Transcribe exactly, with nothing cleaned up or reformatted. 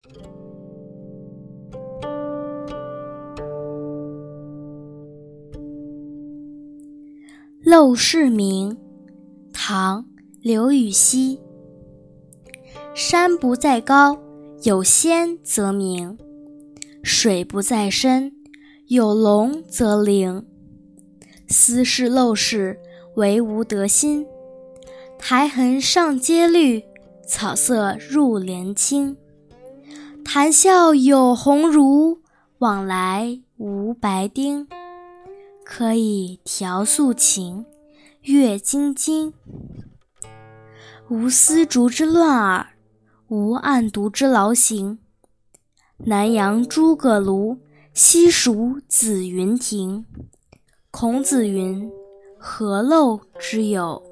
陋室铭，唐·刘禹锡。山不在高，有仙则名；水不在深，有龙则灵。斯是陋室，惟吾德馨。苔痕上阶绿，草色入帘青。谈笑有鸿儒，往来无白丁。可以调素琴，阅金经。无丝竹之乱耳，无案牍之劳形。南阳诸葛庐，西蜀子云亭。孔子云：何陋之有？